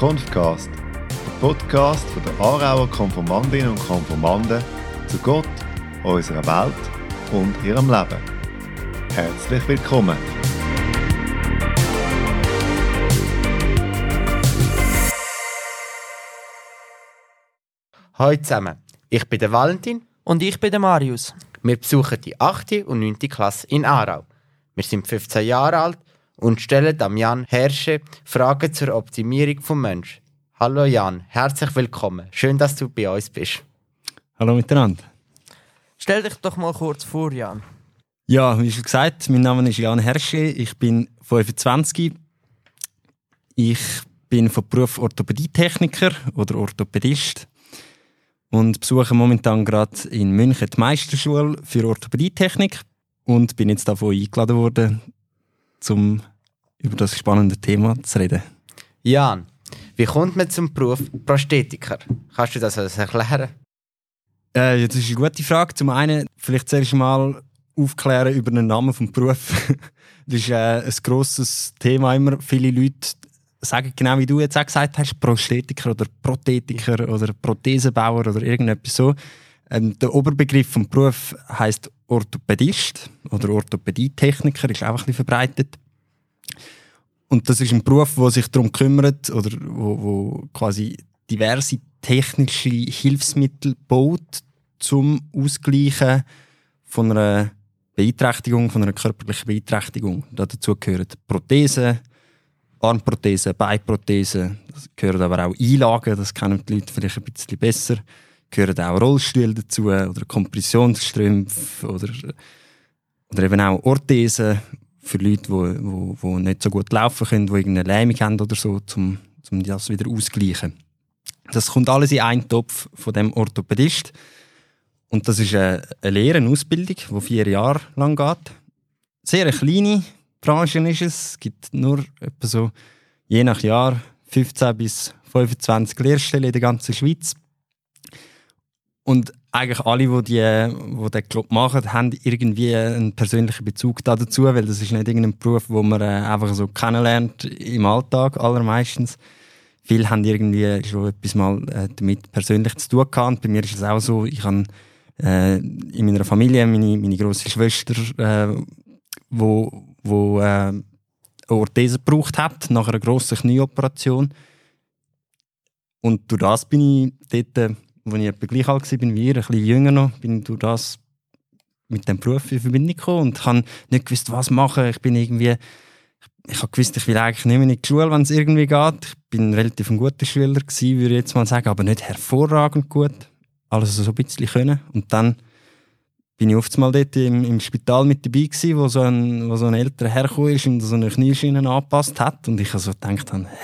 Konfcast, der Podcast von der Aarauer Konformantinnen und Konformanden zu Gott, unserer Welt und ihrem Leben. Herzlich willkommen! Hallo zusammen, ich bin der Valentin und ich bin der Marius. Wir besuchen die 8. und 9. Klasse in Aarau. Wir sind 15 Jahre alt und stellen dem Jan Herrsche Fragen zur Optimierung des Menschen. Hallo Jan, herzlich willkommen. Schön, dass du bei uns bist. Hallo miteinander. Stell dich doch mal kurz vor, Jan. Ja, wie schon gesagt, mein Name ist Jan Herrsche, ich bin 25. Ich bin von Beruf Orthopädietechniker oder Orthopädist und besuche momentan gerade in München die Meisterschule für Orthopädietechnik und bin jetzt davon eingeladen worden, um über das spannende Thema zu reden. Jan, wie kommt man zum Beruf Prosthetiker? Kannst du das uns erklären? Das ist eine gute Frage. Zum einen vielleicht zuerst mal aufklären über den Namen des Berufs. Das ist ein grosses Thema immer. Viele Leute sagen, genau wie du jetzt auch gesagt hast, Prosthetiker oder Prothetiker oder Prothesenbauer oder irgendetwas so. Der Oberbegriff vom Beruf heisst Orthopädist oder Orthopädietechniker, ist auch ein bisschen verbreitet. Und das ist ein Beruf, der sich darum kümmert oder wo quasi diverse technische Hilfsmittel baut zum Ausgleichen von einer Beeinträchtigung, von einer körperlichen Beeinträchtigung. Dazu gehören Prothesen, Armprothesen, Beinprothesen, das gehören aber auch Einlagen, das kennen die Leute vielleicht ein bisschen besser. Gehören auch Rollstühle dazu oder Kompressionsstrümpfe oder eben auch Orthesen für Leute, die nicht so gut laufen können, die irgendeine Lähmung haben oder so, um das wieder auszugleichen. Das kommt alles in einen Topf von dem Orthopädist. Und das ist eine Lehre, eine Ausbildung, die 4 Jahre lang geht. Sehr eine kleine Branche ist es. Es gibt nur etwa so, je nach Jahr 15 bis 25 Lehrstellen in der ganzen Schweiz. Und eigentlich alle, die den Job machen, haben irgendwie einen persönlichen Bezug dazu, weil das ist nicht irgendein Beruf, den man einfach so kennenlernt im Alltag allermeistens. Viele haben irgendwie schon etwas mal damit persönlich zu tun gehabt. Bei mir ist es auch so, ich habe in meiner Familie meine grosse Schwester, wo eine Orthese gebraucht hat, nach einer grossen Knieoperation. Und durch das bin ich dort, als ich etwa gleich alt war wie ihr, ein bisschen jünger noch, bin ich durch das mit dem Beruf in Verbindung gekommen und habe nicht gewusst, was machen. Ich habe gewusst, ich will eigentlich nicht mehr in die Schule, wenn es irgendwie geht. Ich bin relativ ein guter Schüler gewesen, würde ich jetzt mal sagen, aber nicht hervorragend gut. Alles so ein bisschen können. Und dann bin ich oft mal dort im Spital mit dabei gewesen, wo so ein älterer Herr gekommen ist und so eine Knieschiene angepasst hat. Und ich also gedacht habe,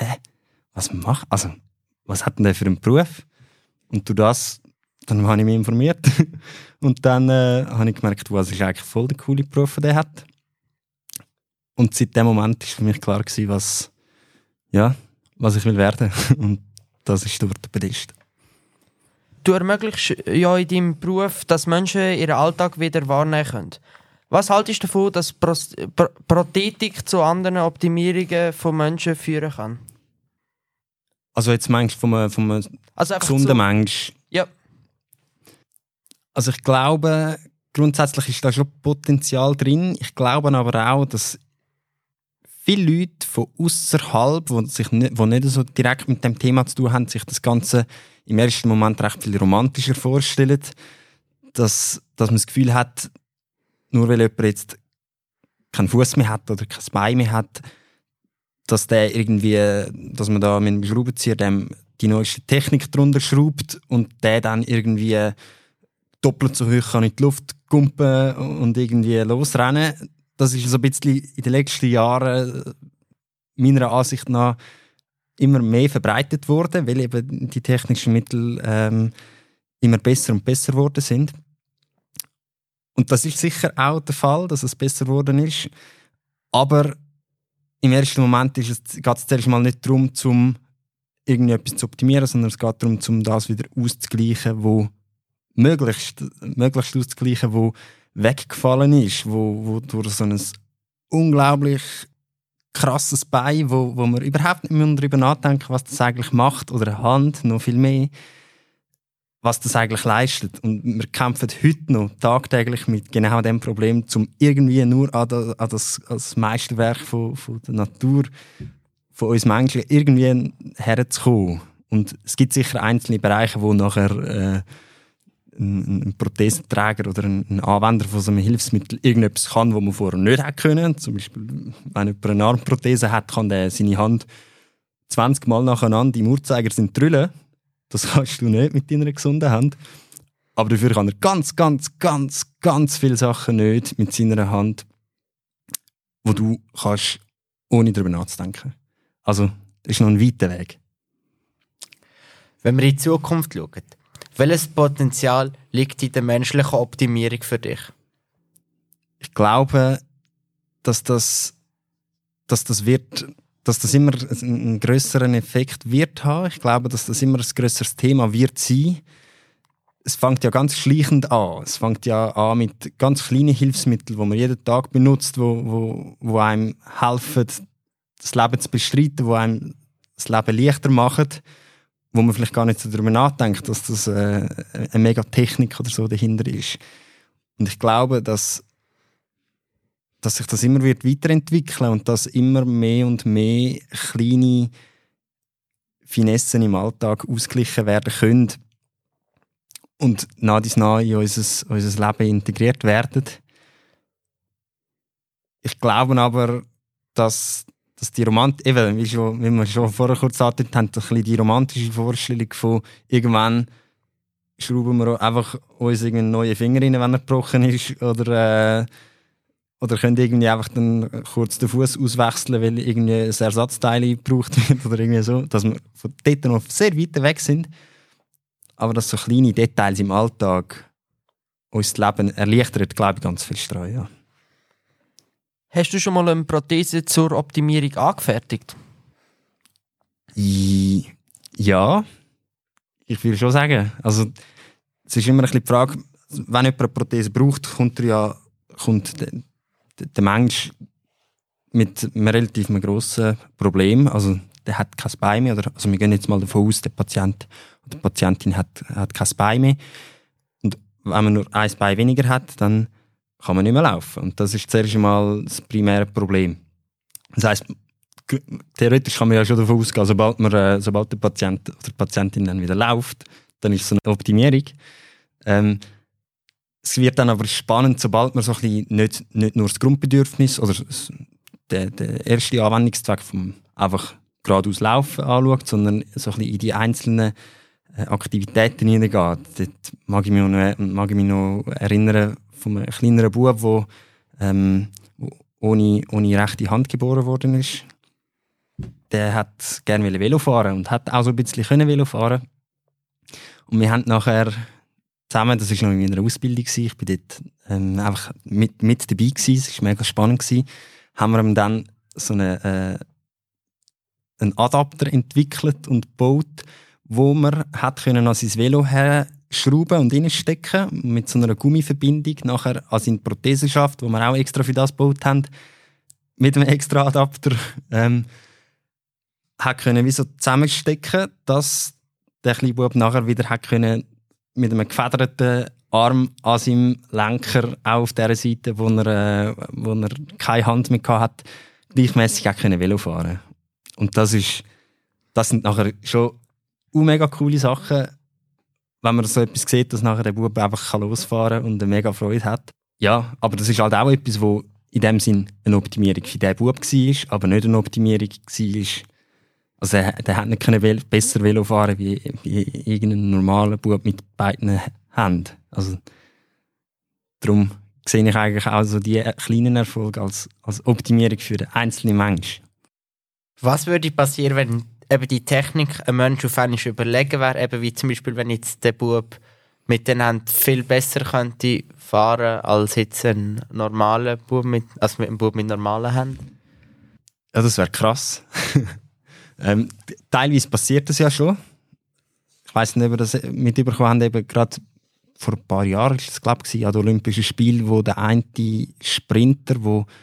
was hat denn der für einen Beruf? Und durch das, dann habe ich mich informiert. Und dann habe ich gemerkt, was ist eigentlich voll der coole Beruf, den der hat. Und seit dem Moment war für mich klar gewesen, was ich will werden. Und das ist der Orthopädist. Du ermöglichst ja in deinem Beruf, dass Menschen ihren Alltag wieder wahrnehmen können. Was haltest du davon, dass Prothetik zu anderen Optimierungen von Menschen führen kann? Also jetzt meinst du von einem gesunden Mensch? Ja. Also ich glaube, grundsätzlich ist da schon Potenzial drin. Ich glaube aber auch, dass viele Leute von ausserhalb, die nicht so direkt mit dem Thema zu tun haben, sich das Ganze im ersten Moment recht viel romantischer vorstellen, dass man das Gefühl hat, nur weil jemand jetzt keinen Fuß mehr hat oder kein Bein mehr hat, dass man da mit dem Schraubenzieher die neueste Technik drunter schraubt und der dann irgendwie doppelt so hoch kann in die Luft kumpen und irgendwie losrennen. Das ist so ein bisschen in den letzten Jahren meiner Ansicht nach immer mehr verbreitet worden, weil eben die technischen Mittel immer besser und besser geworden sind. Und das ist sicher auch der Fall, dass es besser geworden ist. Aber im ersten Moment geht es zuerst mal nicht darum, irgendetwas zu optimieren, sondern es geht darum, das wieder auszugleichen, wo möglichst auszugleichen, wo weggefallen ist, wo durch so ein unglaublich krasses Bein, wo wir überhaupt nicht darüber nachdenken, was das eigentlich macht, oder eine Hand, noch viel mehr, was das eigentlich leistet. Und wir kämpfen heute noch tagtäglich mit genau dem Problem, um irgendwie nur an das Meisterwerk von der Natur, von uns Menschen, irgendwie herzukommen. Und es gibt sicher einzelne Bereiche, wo nachher ein Prothesenträger oder ein Anwender von so einem Hilfsmittel irgendetwas kann, was man vorher nicht hätte können. Zum Beispiel, wenn jemand eine Armprothese hat, kann der seine Hand 20 Mal nacheinander im Uhrzeigersinn drüllen. Das kannst du nicht mit deiner gesunden Hand. Aber dafür kann er ganz viele Sachen nicht mit seiner Hand, wo du kannst, ohne darüber nachzudenken. Also, das ist noch ein weiter Weg. Wenn wir in die Zukunft schauen, welches Potenzial liegt in der menschlichen Optimierung für dich? Ich glaube, dass das immer einen grösseren Effekt wird haben. Ich glaube, dass das immer ein grösseres Thema wird sein. Es fängt ja ganz schleichend an. Es fängt ja an mit ganz kleinen Hilfsmitteln, die man jeden Tag benutzt, wo einem helfen, das Leben zu bestreiten, wo einem das Leben leichter machen, wo man vielleicht gar nicht so darüber nachdenkt, dass das eine mega Technik oder so dahinter ist. Und ich glaube, dass sich das immer wird weiterentwickeln und dass immer mehr und mehr kleine Finessen im Alltag ausgeglichen werden können und nach dies nach in unser Leben integriert werden. Ich glaube aber, dass die Romantik, eben, wie wir schon vorher kurz angedeutet haben, ein bisschen die romantische Vorstellung von irgendwann schrauben wir einfach uns einen neuen Finger rein, wenn er gebrochen ist, oder können irgendwie einfach dann kurz den Fuß auswechseln, weil irgendwie ein Ersatzteil gebraucht wird oder irgendwie so, dass wir von dort noch sehr weit weg sind. Aber dass so kleine Details im Alltag uns das Leben erleichtert, glaube ich, ganz viel daran, ja. Hast du schon mal eine Prothese zur Optimierung angefertigt? Ja, ich würde schon sagen. Also, es ist immer ein bisschen die Frage, wenn jemand eine Prothese braucht, kommt der Mensch mit einem relativ grossen Problem. Also, der hat kein Bein mehr. Also wir gehen jetzt mal davon aus, der Patient oder die Patientin hat kein Bein mehr. Und wenn man nur ein Bein weniger hat, dann kann man nicht mehr laufen. Und das ist zuerst einmal das primäre Problem. Das heisst, theoretisch kann man ja schon davon ausgehen, sobald der Patient oder die Patientin dann wieder läuft, dann ist es eine Optimierung. Es wird dann aber spannend, sobald man so ein bisschen nicht nur das Grundbedürfnis oder der erste Anwendungszweck vom einfach geradeaus Laufen anschaut, sondern so ein bisschen in die einzelnen Aktivitäten hineingeht. Dort mag ich mich noch erinnern von einem kleineren Bub, der ohne rechte Hand geboren worden ist. Der hat gerne Velo fahren und hat auch so ein bisschen Velo fahren. Und wir haben nachher zusammen, das war noch in meiner Ausbildung, ich war dort einfach mit dabei gewesen, es war mega spannend gewesen, haben wir ihm dann so einen Adapter entwickelt und gebaut, wo man hat können an sein Velo herschrauben und reinstecken mit so einer Gummiverbindung nachher an seinen Prothesenschaft, wo wir auch extra für das gebaut haben, mit einem extra Adapter hat können wie so zusammenstecken, dass der kleine Bub nachher wieder hat können mit einem gefederten Arm an seinem Lenker auch auf der Seite, wo er keine Hand mehr hatte, gleichmässig auch können Velo fahren. Und das sind nachher schon mega coole Sachen, wenn man so etwas sieht, dass nachher der Bub einfach losfahren kann und eine mega Freude hat. Ja, aber das ist halt auch etwas, wo in dem Sinn eine Optimierung für den Bub war, aber nicht eine Optimierung war. Also der hat nicht besser Velo fahren wie irgendein normaler Bub mit beiden Händen. Also darum sehe ich eigentlich auch so die kleinen Erfolge als Optimierung für den einzelnen Menschen. Was würde passieren, wenn eben die Technik ein Mensch auf einmal überlegen wäre, eben wie zum Beispiel, wenn jetzt der Bub mit den Händen viel besser könnte fahren als jetzt ein normaler Bub mit einem Bub mit normalen Händen? Ja, das wäre krass. Teilweise passiert das ja schon. Ich weiss nicht, ob ihr das mitbekommen habt, eben gerade vor ein paar Jahren war es, glaube ich, an den Olympischen Spielen, wo der eine Sprinter, der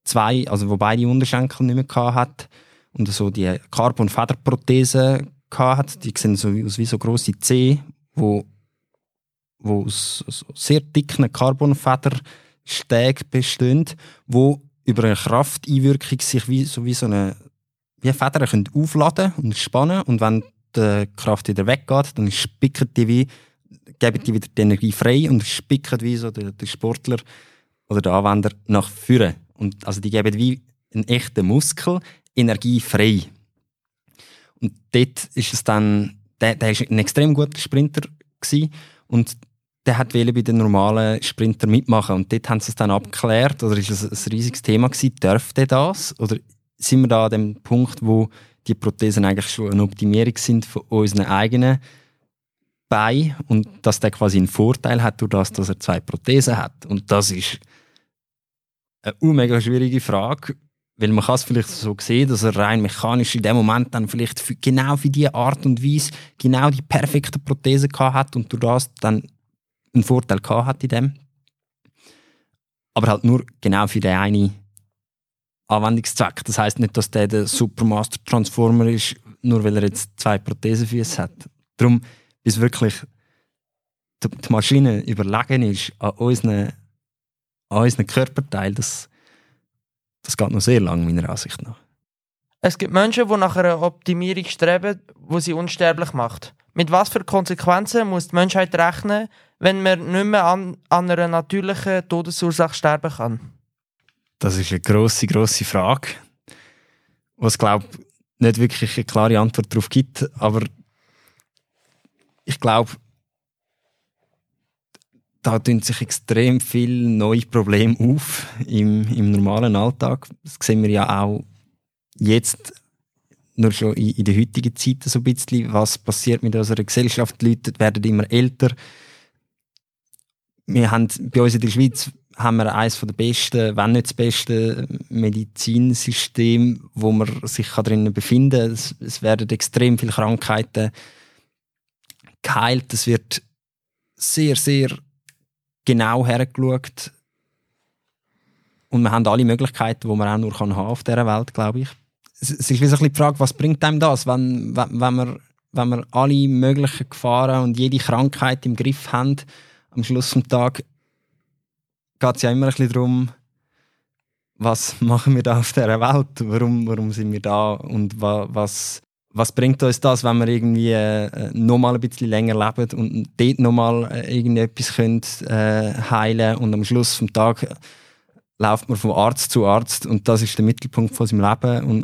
wo beide Unterschenkel nicht mehr hatte und so die Carbon-Federprothese hatte. Die sehen so aus wie so grosse Zehen, wo aus so sehr dicken Carbonfederstägen bestehen, wo über eine Krafteinwirkung sich wie eine Federn aufladen und spannen, und wenn die Kraft wieder weggeht, dann geben die wieder die Energie frei und spicken wie so der Sportler oder der Anwender nach vorne. Und also die geben wie einen echten Muskel Energie frei. Und dort ist es dann, der war ein extrem guter Sprinter gewesen, und der wollte bei den normalen Sprinter mitmachen. Und dort haben sie es dann abgeklärt, oder ist es ein riesiges Thema gewesen, darf der das? Oder sind wir da an dem Punkt, wo die Prothesen eigentlich schon eine Optimierung sind von unseren eigenen Beinen und dass der quasi einen Vorteil hat durch das, dass er 2 Prothesen hat? Und das ist eine mega schwierige Frage, weil man kann es vielleicht so sehen, dass er rein mechanisch in dem Moment dann vielleicht genau für diese Art und Weise genau die perfekte Prothese gehabt hat und durch das dann einen Vorteil gehabt hat in dem. Aber halt nur genau für den einen Anwendungszweck. Das heisst nicht, dass der Supermaster Transformer ist, nur weil er jetzt 2 Prothesenfüße hat. Darum, bis wirklich die Maschine überlegen ist an unseren Körperteilen, das geht noch sehr lang, meiner Ansicht nach. Es gibt Menschen, die nach einer Optimierung streben, die sie unsterblich macht. Mit was für Konsequenzen muss die Menschheit rechnen, wenn man nicht mehr an einer natürlichen Todesursache sterben kann? Das ist eine grosse Frage, wo es, glaube ich, nicht wirklich eine klare Antwort darauf gibt. Aber ich glaube, da tun sich extrem viele neue Probleme auf im normalen Alltag. Das sehen wir ja auch jetzt, nur schon in der heutigen Zeit so ein bisschen, was passiert mit unserer Gesellschaft. Die Leute werden immer älter. Wir haben bei uns in der Schweiz eines der besten, wenn nicht das beste Medizinsystem, wo man sich drinnen befinden kann. Es werden extrem viele Krankheiten geheilt. Es wird sehr, sehr genau hergeschaut. Und wir haben alle Möglichkeiten, die man auch nur haben auf dieser Welt, glaube ich. Es ist wie so ein bisschen die Frage, was bringt einem das, wenn wir alle möglichen Gefahren und jede Krankheit im Griff haben. Am Schluss des Tages geht es ja immer ein bisschen darum, was machen wir da auf dieser Welt? Warum sind wir da? Und was bringt uns das, wenn wir irgendwie noch mal ein bisschen länger leben und dort noch mal irgendetwas können, heilen, und am Schluss des Tages läuft man von Arzt zu Arzt und das ist der Mittelpunkt von seinem Leben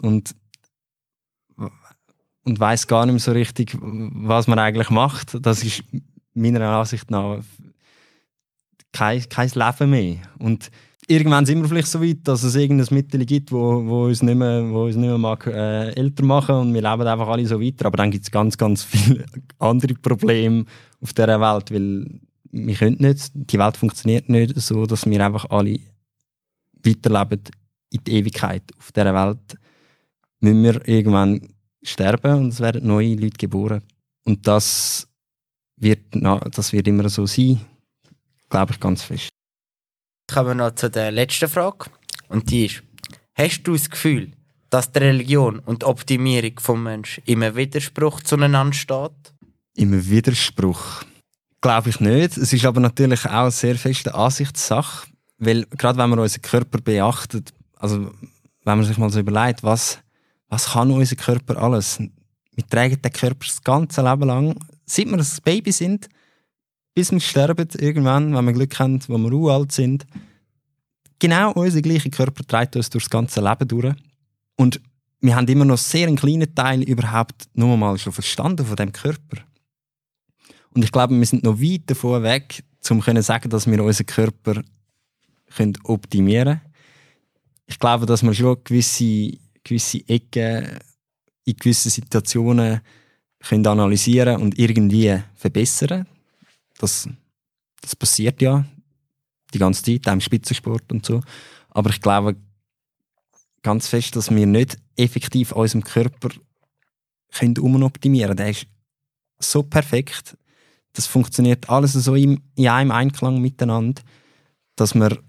und weiss gar nicht mehr so richtig, was man eigentlich macht. Das ist meiner Ansicht nach kein Leben mehr. Und irgendwann sind wir vielleicht so weit, dass es irgendein Mittel gibt, wo uns nicht mehr mag, älter machen, und wir leben einfach alle so weiter. Aber dann gibt es ganz, ganz viele andere Probleme auf dieser Welt, weil wir können nicht, die Welt funktioniert nicht so, dass wir einfach alle weiterleben in die Ewigkeit. Auf dieser Welt müssen wir irgendwann sterben und es werden neue Leute geboren. Und das wird immer so sein, glaube ich ganz fest. Kommen wir noch zu der letzten Frage. Und die ist: Hast du das Gefühl, dass die Religion und die Optimierung des Menschen im Widerspruch zueinander steht? Im Widerspruch? Glaube ich nicht. Es ist aber natürlich auch eine sehr feste Ansichtssache. Weil, gerade wenn man unseren Körper beachtet, also wenn man sich mal so überlegt, was kann unser Körper alles? Wir tragen den Körper das ganze Leben lang, seit wir ein Baby sind, bis wir sterben irgendwann, wenn wir Glück haben, wo wir uralt sind. Genau unser gleicher Körper trägt uns durch das ganze Leben durch. Und wir haben immer noch sehr einen kleinen Teil überhaupt nur mal schon verstanden von dem Körper. Und ich glaube, wir sind noch weit davon weg, um zu sagen, dass wir unseren Körper optimieren können. Ich glaube, dass wir schon gewisse Ecken in gewissen Situationen analysieren und irgendwie verbessern. Das passiert ja die ganze Zeit, auch im Spitzensport und so. Aber ich glaube ganz fest, dass wir nicht effektiv unserem Körper optimieren können. Der ist so perfekt, das funktioniert alles so in einem Einklang miteinander, dass wir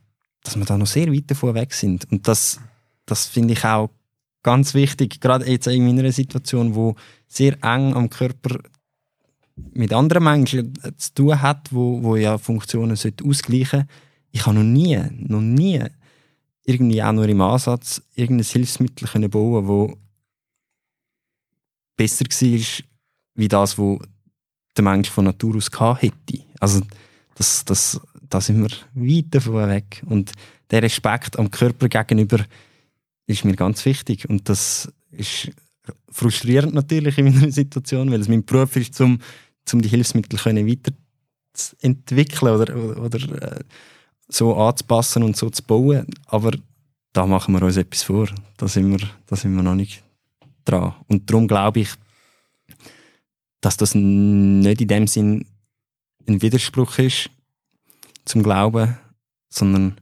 wir da noch sehr weit davon weg sind. Und das finde ich auch ganz wichtig, gerade jetzt in meiner Situation, wo sehr eng am Körper mit anderen Menschen zu tun hat, wo ja Funktionen ausgleichen sollte. Ich habe noch nie irgendwie auch nur im Ansatz irgendein Hilfsmittel können bauen, wo besser war, wie das, was der Mensch von Natur aus gehabt hätte. Also da sind wir weit davon weg. Und der Respekt am Körper gegenüber ist mir ganz wichtig. Und das ist frustrierend natürlich in meiner Situation, weil es mein Beruf ist, um die Hilfsmittel weiterzuentwickeln oder so anzupassen und so zu bauen. Aber da machen wir uns etwas vor. Da sind wir noch nicht dran. Und darum glaube ich, dass das nicht in dem Sinn ein Widerspruch ist zum Glauben, sondern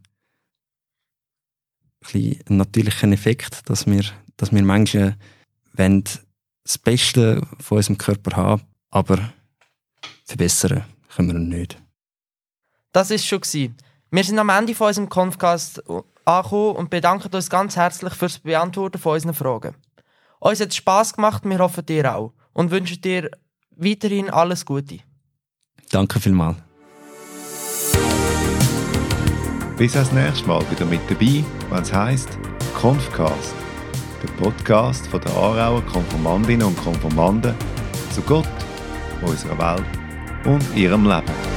ein natürlicher Effekt, dass wir Menschen das Beste von unserem Körper haben, aber verbessern können wir ihn nicht. Das war schon. Wir sind am Ende von unserem Confcast angekommen und bedanken uns ganz herzlich fürs Beantworten von unseren Fragen. Uns hat es Spass gemacht, wir hoffen dir auch und wünschen dir weiterhin alles Gute. Danke vielmals. Bis das nächste Mal wieder mit dabei, wenn es heisst Confcast, der Podcast von der Aarauer Konformandinnen und Konformanden zu Gott, unserer Welt und ihrem Leben.